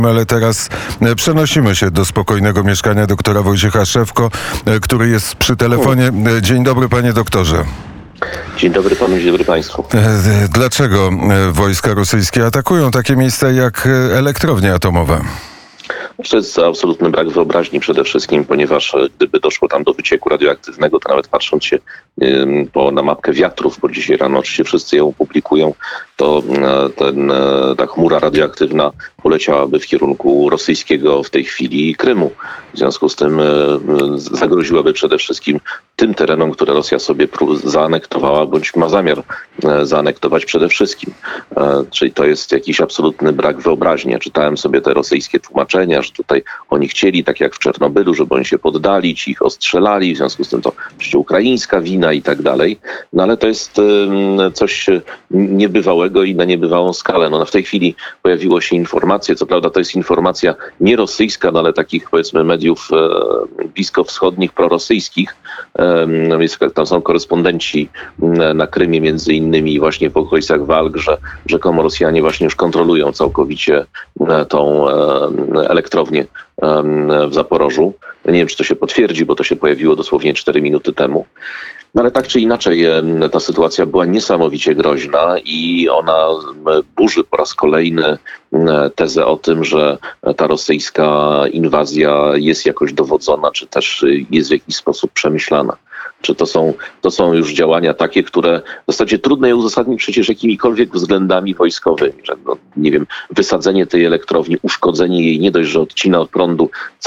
Ale teraz przenosimy się do spokojnego mieszkania doktora Wojciecha Szefko, który jest przy telefonie. Dzień dobry, panie doktorze. Dzień dobry panu, dzień dobry państwu. Dlaczego wojska rosyjskie atakują takie miejsca jak elektrownie atomowe? To jest absolutny brak wyobraźni przede wszystkim, ponieważ gdyby doszło tam do wycieku radioaktywnego, to nawet patrząc się na mapkę wiatrów, bo dzisiaj rano oczywiście wszyscy ją publikują, to ta chmura radioaktywna poleciałaby w kierunku rosyjskiego w tej chwili Krymu. W związku z tym zagroziłaby przede wszystkim tym terenom, które Rosja sobie zaanektowała, bądź ma zamiar zaanektować przede wszystkim. Czyli to jest jakiś absolutny brak wyobraźni. Ja czytałem sobie te rosyjskie tłumaczenia, że tutaj oni chcieli, tak jak w Czernobylu, żeby oni się poddali, ci ich ostrzelali, w związku z tym to przecież ukraińska wina i tak dalej. No ale to jest coś niebywałego i na niebywałą skalę. No w tej chwili pojawiło się informacje, co prawda to jest informacja nie rosyjska, no ale takich powiedzmy mediów bliskowschodnich, prorosyjskich. Tam są korespondenci na Krymie między innymi właśnie w okolicach walk, że rzekomo Rosjanie właśnie już kontrolują całkowicie tą elektrownię w Zaporożu. Nie wiem, czy to się potwierdzi, bo to się pojawiło dosłownie 4 minuty temu. No ale tak czy inaczej ta sytuacja była niesamowicie groźna i ona burzy po raz kolejny tezę o tym, że ta rosyjska inwazja jest jakoś dowodzona, czy też jest w jakiś sposób przemyślana. Czy to są już działania takie, które w zasadzie trudno je uzasadnić przecież jakimikolwiek względami wojskowymi, że nie wiem, wysadzenie tej elektrowni, uszkodzenie jej nie dość, że odcina od prądu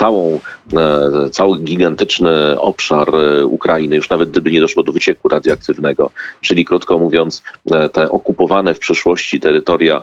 cały gigantyczny obszar Ukrainy, już nawet gdyby nie doszło do wycieku radioaktywnego, czyli krótko mówiąc te okupowane w przeszłości terytoria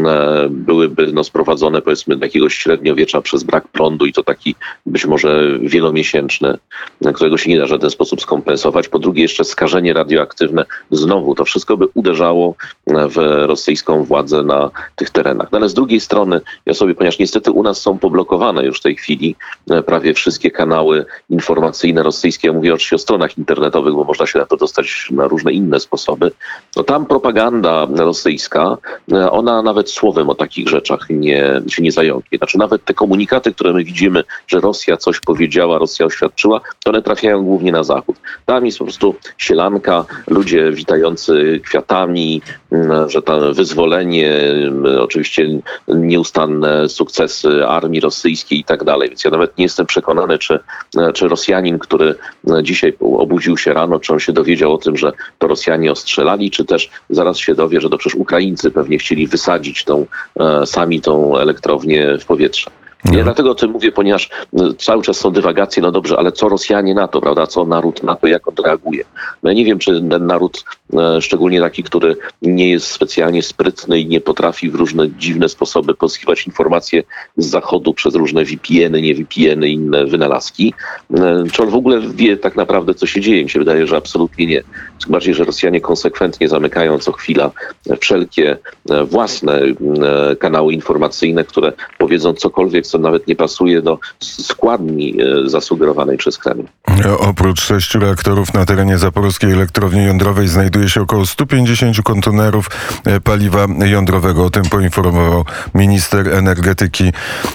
byłyby sprowadzone powiedzmy do jakiegoś średniowiecza przez brak prądu i to taki być może wielomiesięczny, którego się nie da w żaden sposób skompensować. Po drugie jeszcze skażenie radioaktywne. Znowu to wszystko by uderzało w rosyjską władzę na tych terenach. No ale z drugiej strony ponieważ niestety u nas są poblokowane już w tej chwili prawie wszystkie kanały informacyjne rosyjskie, ja mówię oczywiście o stronach internetowych, bo można się na to dostać na różne inne sposoby, no tam propaganda rosyjska, ona nawet słowem o takich rzeczach się nie zająknie. Znaczy nawet te komunikaty, które my widzimy, że Rosja coś powiedziała, Rosja oświadczyła, to one trafiają głównie na zachód. Tam jest po prostu sielanka, ludzie witający kwiatami, że tam wyzwolenie, oczywiście nieustanne sukcesy armii rosyjskiej i tak dalej. Więc ja nawet nie jestem przekonany, czy Rosjanin, który dzisiaj obudził się rano, czy on się dowiedział o tym, że to Rosjanie ostrzelali, czy też zaraz się dowie, że to przecież Ukraińcy pewnie chcieli wysadzić sami tą elektrownię w powietrze. Ja dlatego o tym mówię, ponieważ cały czas są dywagacje, no dobrze, ale co Rosjanie na to, prawda? Co naród na to, jak on reaguje? No ja nie wiem, czy ten naród, szczególnie taki, który nie jest specjalnie sprytny i nie potrafi w różne dziwne sposoby pozyskiwać informacje z zachodu przez różne VPN-y, nie VPN-y i inne wynalazki, czy on w ogóle wie tak naprawdę, co się dzieje? Mi się wydaje, że absolutnie nie. Tym bardziej, że Rosjanie konsekwentnie zamykają co chwila wszelkie własne kanały informacyjne, które powiedzą cokolwiek, co nawet nie pasuje do składni zasugerowanej przez Kreml. Oprócz 6 reaktorów na terenie zaporowskiej elektrowni jądrowej znajduje się około 150 kontenerów paliwa jądrowego. O tym poinformował minister energetyki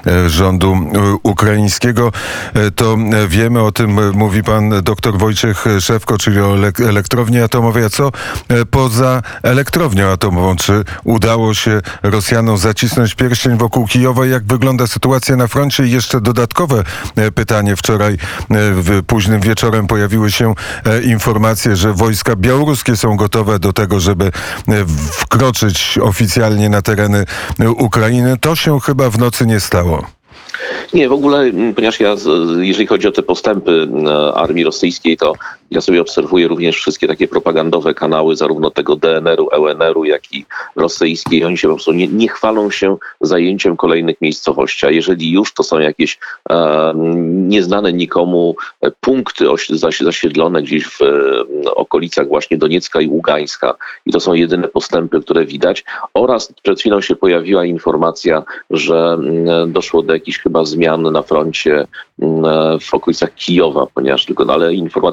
rządu ukraińskiego. To wiemy, o tym mówi pan dr Wojciech Szefko, czyli o elektrowni atomowej. A co poza elektrownią atomową? Czy udało się Rosjanom zacisnąć pierścień wokół Kijowa? Jak wygląda sytuacja na froncie? I jeszcze dodatkowe pytanie. Wczoraj późnym wieczorem pojawiły się informacje, że wojska białoruskie są gotowe do tego, żeby wkroczyć oficjalnie na tereny Ukrainy. To się chyba w nocy nie stało. Nie, w ogóle, ponieważ jeżeli chodzi o te postępy armii rosyjskiej, to ja sobie obserwuję również wszystkie takie propagandowe kanały, zarówno tego DNR-u, LNR-u, jak i rosyjskiej. Oni się po prostu nie chwalą się zajęciem kolejnych miejscowości, a jeżeli już, to są jakieś nieznane nikomu punkty zasiedlone gdzieś w okolicach właśnie Doniecka i Ługańska. I to są jedyne postępy, które widać. Oraz przed chwilą się pojawiła informacja, że doszło do jakichś chyba zmian na froncie w okolicach Kijowa, ponieważ ale informacja jest enigmatyczna.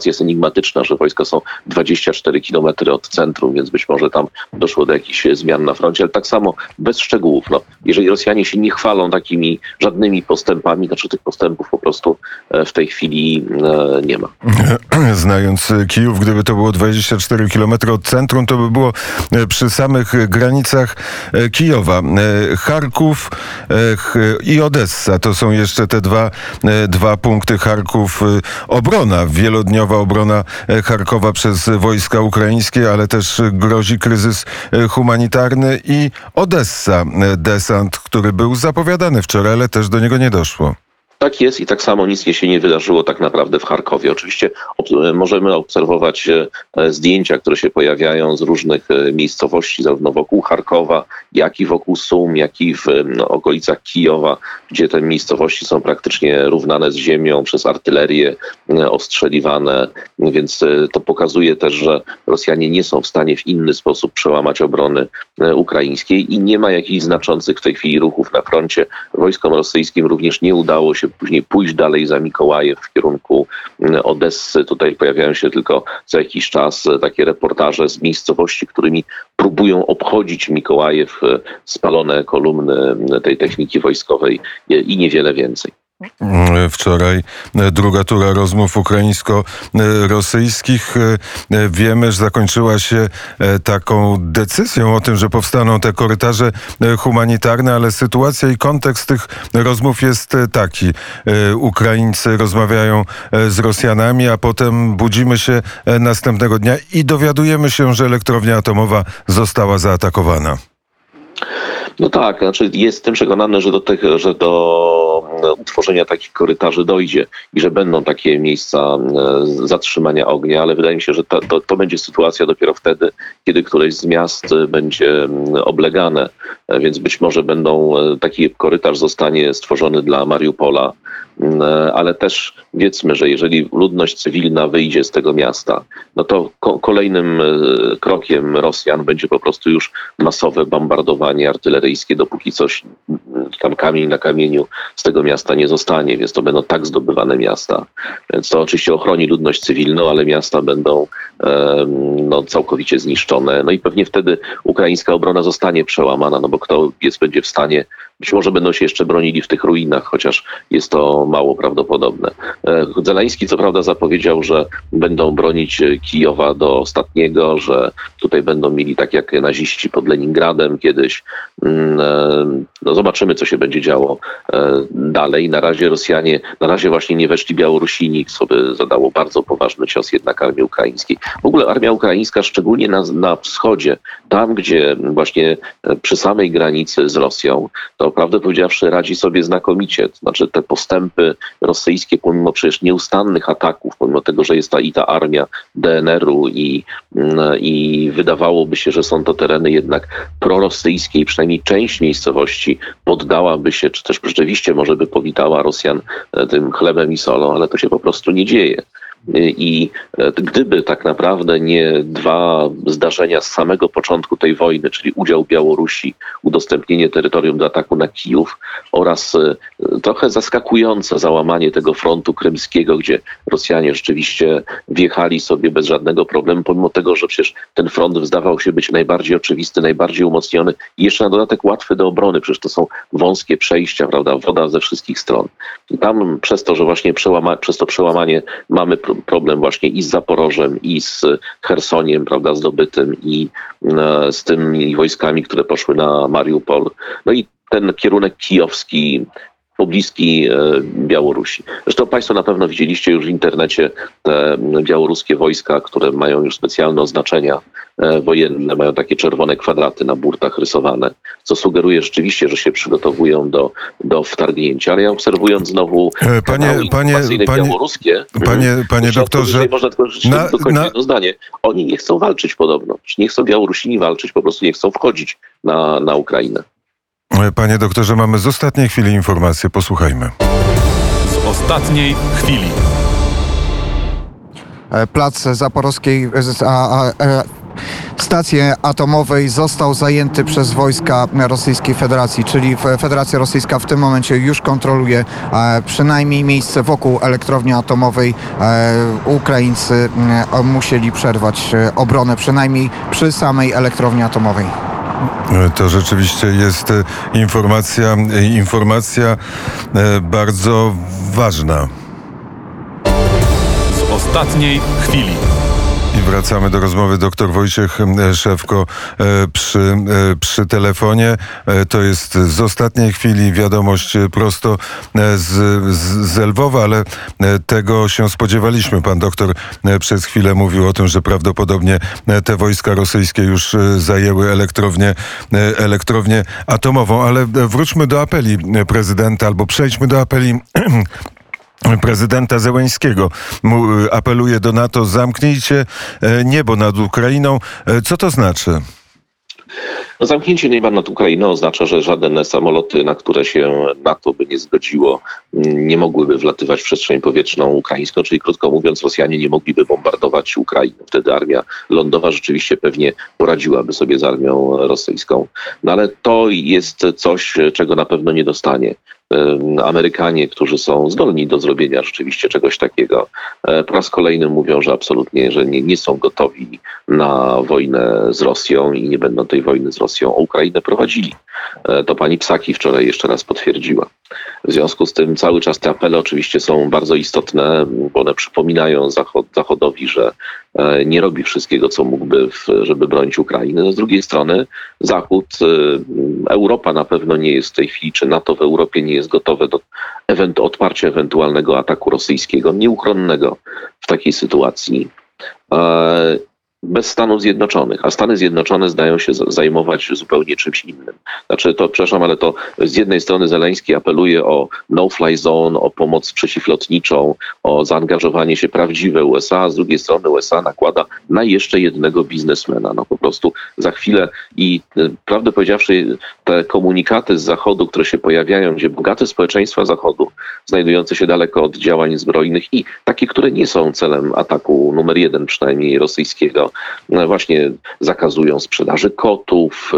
enigmatyczna, że wojska są 24 kilometry od centrum, więc być może tam doszło do jakichś zmian na froncie, ale tak samo bez szczegółów. No, jeżeli Rosjanie się nie chwalą takimi żadnymi postępami, znaczy tych postępów po prostu w tej chwili nie ma. Znając Kijów, gdyby to było 24 kilometry od centrum, to by było przy samych granicach Kijowa. Charków i Odessa to są jeszcze te dwa punkty. Charków, obrona, wielodniowa obrona Charkowa przez wojska ukraińskie, ale też grozi kryzys humanitarny, i Odessa, desant, który był zapowiadany wczoraj, ale też do niego nie doszło. Tak jest i tak samo nic się nie wydarzyło tak naprawdę w Charkowie. Oczywiście możemy obserwować zdjęcia, które się pojawiają z różnych miejscowości, zarówno wokół Charkowa, jak i wokół Sum, jak i w okolicach Kijowa, gdzie te miejscowości są praktycznie równane z ziemią, przez artylerię ostrzeliwane, więc to pokazuje też, że Rosjanie nie są w stanie w inny sposób przełamać obrony ukraińskiej i nie ma jakichś znaczących w tej chwili ruchów na froncie. Wojskom rosyjskim również nie udało się później pójść dalej za Mikołajew w kierunku Odessy. Tutaj pojawiają się tylko co jakiś czas takie reportaże z miejscowości, którymi próbują obchodzić Mikołajew, spalone kolumny tej techniki wojskowej i niewiele więcej. Wczoraj druga tura rozmów ukraińsko-rosyjskich. Wiemy, że zakończyła się taką decyzją o tym, że powstaną te korytarze humanitarne, ale sytuacja i kontekst tych rozmów jest taki. Ukraińcy rozmawiają z Rosjanami, a potem budzimy się następnego dnia i dowiadujemy się, że elektrownia atomowa została zaatakowana. No tak, znaczy jestem przekonany, że do utworzenia takich korytarzy dojdzie i że będą takie miejsca zatrzymania ognia, ale wydaje mi się, że to będzie sytuacja dopiero wtedy, kiedy któreś z miast będzie oblegane, więc być może taki korytarz zostanie stworzony dla Mariupola, ale też wiedzmy, że jeżeli ludność cywilna wyjdzie z tego miasta, no to kolejnym krokiem Rosjan będzie po prostu już masowe bombardowanie artyleryjskie, dopóki coś tam kamień na kamieniu z tego miasta nie zostanie, więc to będą tak zdobywane miasta. Więc to oczywiście ochroni ludność cywilną, ale miasta będą całkowicie zniszczone. No i pewnie wtedy ukraińska obrona zostanie przełamana, no bo kto będzie w stanie, być może będą się jeszcze bronili w tych ruinach, chociaż jest to mało prawdopodobne. Zełański co prawda zapowiedział, że będą bronić Kijowa do ostatniego, że tutaj będą mieli tak jak naziści pod Leningradem kiedyś. No zobaczymy, co się będzie działo dalej. Na razie właśnie nie weszli Białorusini, sobie zadało bardzo poważny cios jednak armii ukraińskiej. W ogóle armia ukraińska, szczególnie na wschodzie, tam gdzie właśnie przy samej granicy z Rosją, to prawdę powiedziawszy radzi sobie znakomicie. To znaczy te postępy rosyjskie, pomimo przecież nieustannych ataków, pomimo tego, że jest ta armia DNR-u i wydawałoby się, że są to tereny jednak prorosyjskie i przynajmniej część miejscowości poddałaby się, czy też rzeczywiście może by powitała Rosjan tym chlebem i solą, ale to się po prostu nie dzieje. I gdyby tak naprawdę nie dwa zdarzenia z samego początku tej wojny, czyli udział Białorusi, udostępnienie terytorium do ataku na Kijów oraz trochę zaskakujące załamanie tego frontu krymskiego, gdzie Rosjanie rzeczywiście wjechali sobie bez żadnego problemu, pomimo tego, że przecież ten front zdawał się być najbardziej oczywisty, najbardziej umocniony i jeszcze na dodatek łatwy do obrony, przecież to są wąskie przejścia, prawda, woda ze wszystkich stron. I tam przez to, że właśnie przez to przełamanie mamy problem właśnie i z Zaporożem, i z Chersoniem, prawda, zdobytym, i z tymi wojskami, które poszły na Mariupol. No i ten kierunek kijowski, pobliski Białorusi. Zresztą Państwo na pewno widzieliście już w internecie te białoruskie wojska, które mają już specjalne oznaczenia wojenne, mają takie czerwone kwadraty na burtach rysowane, co sugeruje rzeczywiście, że się przygotowują do wtargnięcia. Ale ja obserwując znowu białoruskie, panie doktorze, można tylko dokończyć jedno zdanie. Oni nie chcą walczyć podobno. Nie chcą Białorusini walczyć, po prostu nie chcą wchodzić na Ukrainę. Panie doktorze, mamy z ostatniej chwili informacje. Posłuchajmy. Z ostatniej chwili. Plac Zaporowskiej, stacji atomowej został zajęty przez wojska Rosyjskiej Federacji, czyli Federacja Rosyjska w tym momencie już kontroluje przynajmniej miejsce wokół elektrowni atomowej. Ukraińcy musieli przerwać obronę, przynajmniej przy samej elektrowni atomowej. To rzeczywiście jest informacja bardzo ważna. Z ostatniej chwili. I wracamy do rozmowy. Doktor Wojciech Szewko przy telefonie. To jest z ostatniej chwili wiadomość prosto z Lwowa, ale tego się spodziewaliśmy. Pan doktor przez chwilę mówił o tym, że prawdopodobnie te wojska rosyjskie już zajęły elektrownię atomową. Ale wróćmy do apeli prezydenta, albo przejdźmy do apeli prezydenta Zełenskiego. Apeluje do NATO: zamknijcie niebo nad Ukrainą. Co to znaczy? No, zamknięcie nieba nad Ukrainą oznacza, że żadne samoloty, na które się NATO by nie zgodziło, nie mogłyby wlatywać w przestrzeń powietrzną ukraińską, czyli krótko mówiąc, Rosjanie nie mogliby bombardować Ukrainy. Wtedy armia lądowa rzeczywiście pewnie poradziłaby sobie z armią rosyjską. No ale to jest coś, czego na pewno nie dostanie Amerykanie, którzy są zdolni do zrobienia rzeczywiście czegoś takiego. Po raz kolejny mówią, że absolutnie, że nie są gotowi na wojnę z Rosją i nie będą tej wojny z Rosją o Ukrainę prowadzili. To pani Psaki wczoraj jeszcze raz potwierdziła. W związku z tym cały czas te apele oczywiście są bardzo istotne, bo one przypominają Zachodowi, że nie robi wszystkiego, co mógłby, żeby bronić Ukrainy. No z drugiej strony Zachód, Europa na pewno nie jest w tej chwili, czy NATO w Europie nie jest gotowe do odparcia ewentualnego ataku rosyjskiego, nieuchronnego w takiej sytuacji. Bez Stanów Zjednoczonych, a Stany Zjednoczone zdają się zajmować zupełnie czymś innym. Znaczy, to przepraszam, ale to z jednej strony Zełenski apeluje o no-fly zone, o pomoc przeciwlotniczą, o zaangażowanie się prawdziwe USA, a z drugiej strony USA nakłada na jeszcze jednego biznesmena. No po prostu za chwilę i prawdę powiedziawszy, te komunikaty z Zachodu, które się pojawiają, gdzie bogate społeczeństwa Zachodu, znajdujące się daleko od działań zbrojnych i takie, które nie są celem ataku numer 1 przynajmniej rosyjskiego, właśnie zakazują sprzedaży kotów,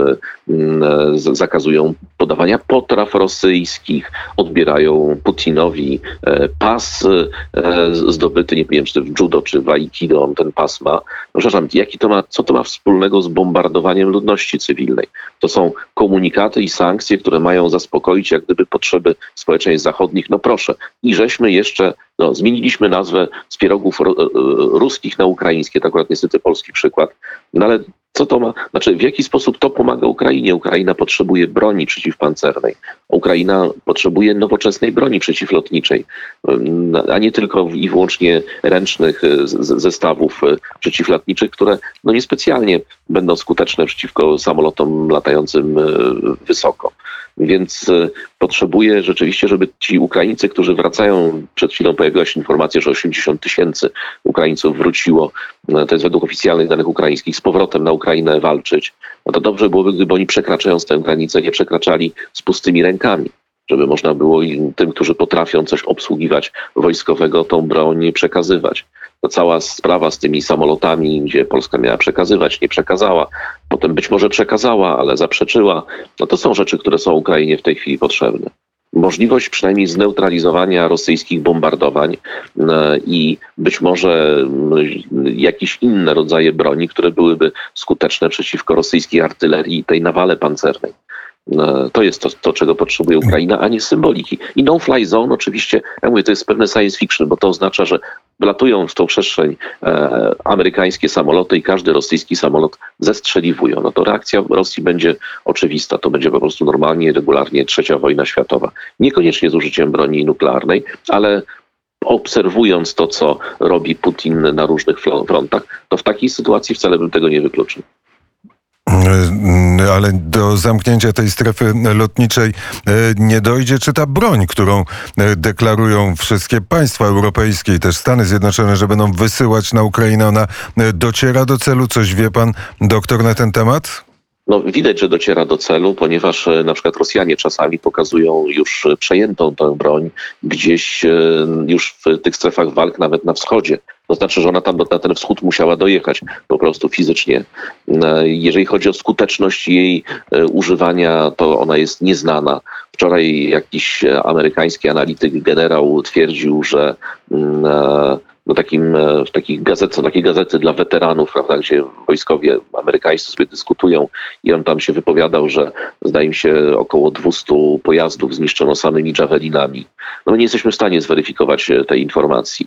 zakazują podawania potraw rosyjskich, odbierają Putinowi pas zdobyty, nie wiem, czy w judo, czy w aikido on ten pas ma. No, przepraszam, co to ma wspólnego z bombardowaniem ludności cywilnej? To są komunikaty i sankcje, które mają zaspokoić jak gdyby potrzeby społeczeństw zachodnich. No proszę, i żeśmy jeszcze zmieniliśmy nazwę z pierogów ruskich na ukraińskie, to akurat niestety polski przykład, no ale co to ma, znaczy w jaki sposób to pomaga Ukrainie? Ukraina potrzebuje broni przeciwpancernej. Ukraina potrzebuje nowoczesnej broni przeciwlotniczej, a nie tylko i wyłącznie ręcznych zestawów przeciwlotniczych, które niespecjalnie będą skuteczne przeciwko samolotom latającym wysoko. Więc potrzebuje rzeczywiście, żeby ci Ukraińcy, którzy wracają, przed chwilą pojawiła się informacja, że 80 000 Ukraińców wróciło, to jest według oficjalnych danych ukraińskich, z powrotem na Ukrainę walczyć, no to dobrze byłoby, gdyby oni przekraczając tę granicę nie przekraczali z pustymi rękami, żeby można było tym, którzy potrafią coś obsługiwać wojskowego, tą broń przekazywać. To cała sprawa z tymi samolotami, gdzie Polska miała przekazywać, nie przekazała. Potem być może przekazała, ale zaprzeczyła. No to są rzeczy, które są Ukrainie w tej chwili potrzebne. Możliwość przynajmniej zneutralizowania rosyjskich bombardowań i być może jakieś inne rodzaje broni, które byłyby skuteczne przeciwko rosyjskiej artylerii i tej nawale pancernej. To jest to, czego potrzebuje Ukraina, a nie symboliki. I no-fly zone oczywiście, ja mówię, to jest pewne science fiction, bo to oznacza, że wlatują w tą przestrzeń amerykańskie samoloty i każdy rosyjski samolot zestrzeliwują. No to reakcja Rosji będzie oczywista. To będzie po prostu normalnie, regularnie trzecia wojna światowa. Niekoniecznie z użyciem broni nuklearnej, ale obserwując to, co robi Putin na różnych frontach, to w takiej sytuacji wcale bym tego nie wykluczył. Ale do zamknięcia tej strefy lotniczej nie dojdzie? Czy ta broń, którą deklarują wszystkie państwa europejskie i też Stany Zjednoczone, że będą wysyłać na Ukrainę, ona dociera do celu? Coś wie pan doktor na ten temat? No, widać, że dociera do celu, ponieważ na przykład Rosjanie czasami pokazują już przejętą tę broń gdzieś już w tych strefach walk, nawet na wschodzie. To znaczy, że ona tam na ten wschód musiała dojechać po prostu fizycznie. Jeżeli chodzi o skuteczność jej używania, to ona jest nieznana. Wczoraj jakiś amerykański analityk, generał twierdził, że w takiej gazety dla weteranów, prawda, gdzie wojskowie amerykańscy sobie dyskutują i on tam się wypowiadał, że zdaje mi się około 200 pojazdów zniszczono samymi javelinami. No my nie jesteśmy w stanie zweryfikować tej informacji.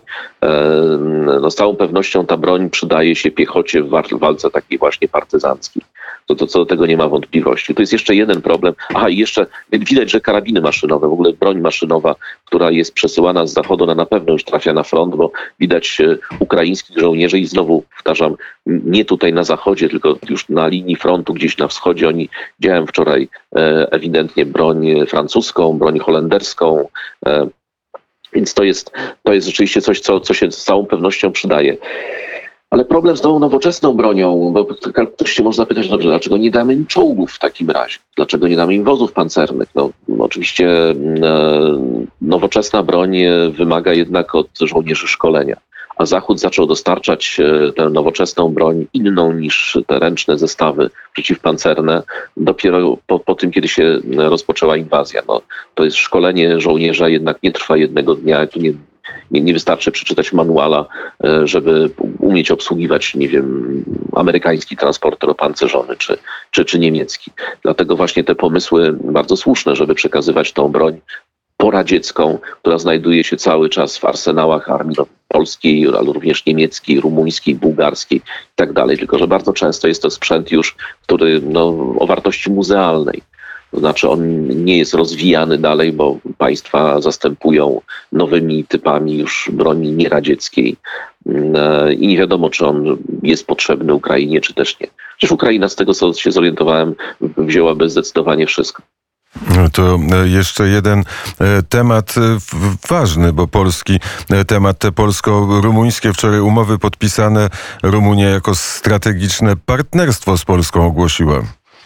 No z całą pewnością ta broń przydaje się piechocie w walce takiej właśnie partyzanckiej. To co do tego nie ma wątpliwości. To jest jeszcze jeden problem. Aha, i jeszcze widać, że karabiny maszynowe, w ogóle broń maszynowa, która jest przesyłana z zachodu, na pewno już trafia na front, bo widać ukraińskich żołnierzy i znowu powtarzam, nie tutaj na zachodzie, tylko już na linii frontu, gdzieś na wschodzie. Oni widziałem wczoraj ewidentnie broń francuską, broń holenderską, więc to jest rzeczywiście coś, co się z całą pewnością przydaje. Ale problem z tą nowoczesną bronią, bo ktoś się może zapytać, dobrze, dlaczego nie damy im czołgów w takim razie? Dlaczego nie damy im wozów pancernych? No, oczywiście nowoczesna broń wymaga jednak od żołnierzy szkolenia. A Zachód zaczął dostarczać tę nowoczesną broń inną niż te ręczne zestawy przeciwpancerne dopiero po tym, kiedy się rozpoczęła inwazja. No, to jest szkolenie żołnierza, jednak nie trwa jednego dnia. Tu nie wystarczy przeczytać manuala, żeby umieć obsługiwać, nie wiem, amerykański transporter opancerzony czy niemiecki. Dlatego właśnie te pomysły bardzo słuszne, żeby przekazywać tą broń poradziecką, która znajduje się cały czas w arsenałach armii polskiej, ale również niemieckiej, rumuńskiej, bułgarskiej i tak dalej. Tylko że bardzo często jest to sprzęt już, który o wartości muzealnej. To znaczy on nie jest rozwijany dalej, bo państwa zastępują nowymi typami już broni nieradzieckiej i nie wiadomo, czy on jest potrzebny Ukrainie, czy też nie. Przecież Ukraina, z tego co się zorientowałem, wzięłaby zdecydowanie wszystko. To jeszcze jeden temat ważny, bo polski temat, te polsko-rumuńskie wczoraj umowy podpisane. Rumunia jako strategiczne partnerstwo z Polską ogłosiła.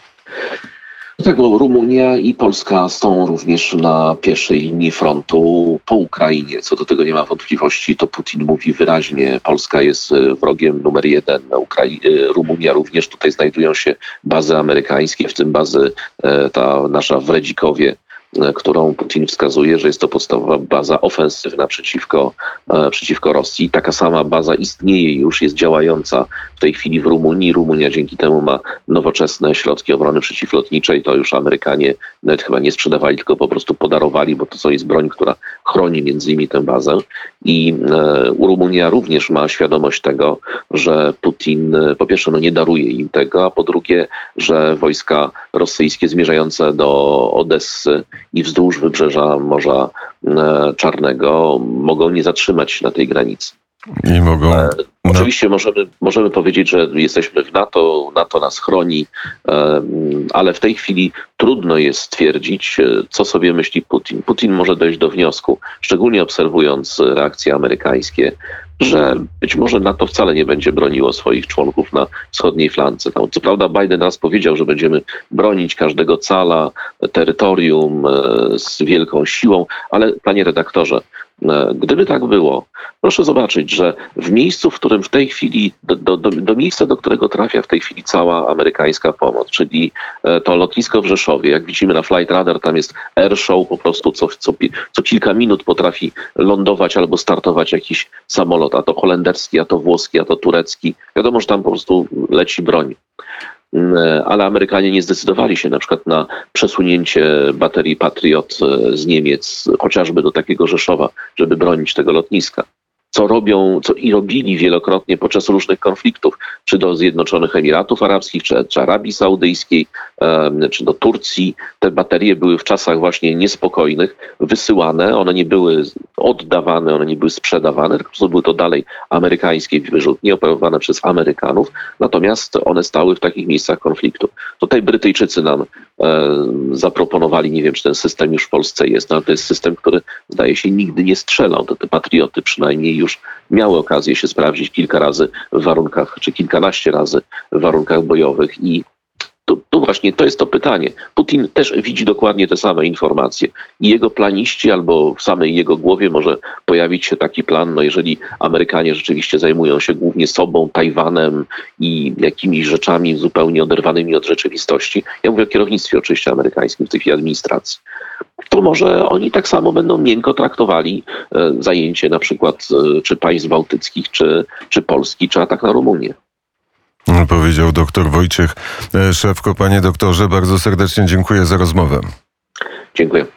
Tak, bo Rumunia i Polska są również na pierwszej linii frontu po Ukrainie. Co do tego nie ma wątpliwości, to Putin mówi wyraźnie, Polska jest wrogiem numer 1. Rumunia również, tutaj znajdują się bazy amerykańskie, w tym bazy ta nasza w Redzikowie, którą Putin wskazuje, że jest to podstawowa baza ofensywna przeciwko Rosji. Taka sama baza istnieje już, jest działająca w tej chwili w Rumunii. Rumunia dzięki temu ma nowoczesne środki obrony przeciwlotniczej. To już Amerykanie nawet chyba nie sprzedawali, tylko po prostu podarowali, bo to jest broń, która chroni między innymi tę bazę. I Rumunia również ma świadomość tego, że Putin po pierwsze nie daruje im tego, a po drugie, że wojska rosyjskie zmierzające do Odessy i wzdłuż wybrzeża Morza Czarnego mogą nie zatrzymać się na tej granicy. I mogą... Oczywiście możemy powiedzieć, że jesteśmy w NATO, NATO nas chroni, ale w tej chwili trudno jest stwierdzić, co sobie myśli Putin. Putin może dojść do wniosku, szczególnie obserwując reakcje amerykańskie, że być może NATO wcale nie będzie broniło swoich członków na wschodniej flance. Co prawda Biden raz powiedział, że będziemy bronić każdego cala, terytorium z wielką siłą, ale panie redaktorze, gdyby tak było, proszę zobaczyć, że w miejscu, w którym w tej chwili, do miejsca, do którego trafia w tej chwili cała amerykańska pomoc, czyli to lotnisko w Rzeszowie, jak widzimy na Flight Radar, tam jest airshow, po prostu co kilka minut potrafi lądować albo startować jakiś samolot, a to holenderski, a to włoski, a to turecki. Wiadomo, że tam po prostu leci broń. Ale Amerykanie nie zdecydowali się na przykład na przesunięcie baterii Patriot z Niemiec, chociażby do takiego Rzeszowa, żeby bronić tego lotniska. Co robili wielokrotnie podczas różnych konfliktów, czy do Zjednoczonych Emiratów Arabskich, czy Arabii Saudyjskiej, czy do Turcji. Te baterie były w czasach właśnie niespokojnych wysyłane, one nie były oddawane, one nie były sprzedawane, tylko były to dalej amerykańskie wyrzutnie operowane przez Amerykanów, natomiast one stały w takich miejscach konfliktu. Tutaj Brytyjczycy nam zaproponowali, nie wiem, czy ten system już w Polsce jest, ale to jest system, który zdaje się nigdy nie strzelał. Te Patrioty przynajmniej już miały okazję się sprawdzić kilka razy w warunkach, czy kilkanaście razy w warunkach bojowych i tu właśnie to jest to pytanie. Putin też widzi dokładnie te same informacje i jego planiści albo w samej jego głowie może pojawić się taki plan, no jeżeli Amerykanie rzeczywiście zajmują się głównie sobą, Tajwanem i jakimiś rzeczami zupełnie oderwanymi od rzeczywistości. Ja mówię o kierownictwie oczywiście amerykańskim w tej chwili administracji. To może oni tak samo będą miękko traktowali zajęcie na przykład czy państw bałtyckich, czy Polski, czy atak na Rumunię. Powiedział dr Wojciech Szewko. Panie doktorze, bardzo serdecznie dziękuję za rozmowę. Dziękuję.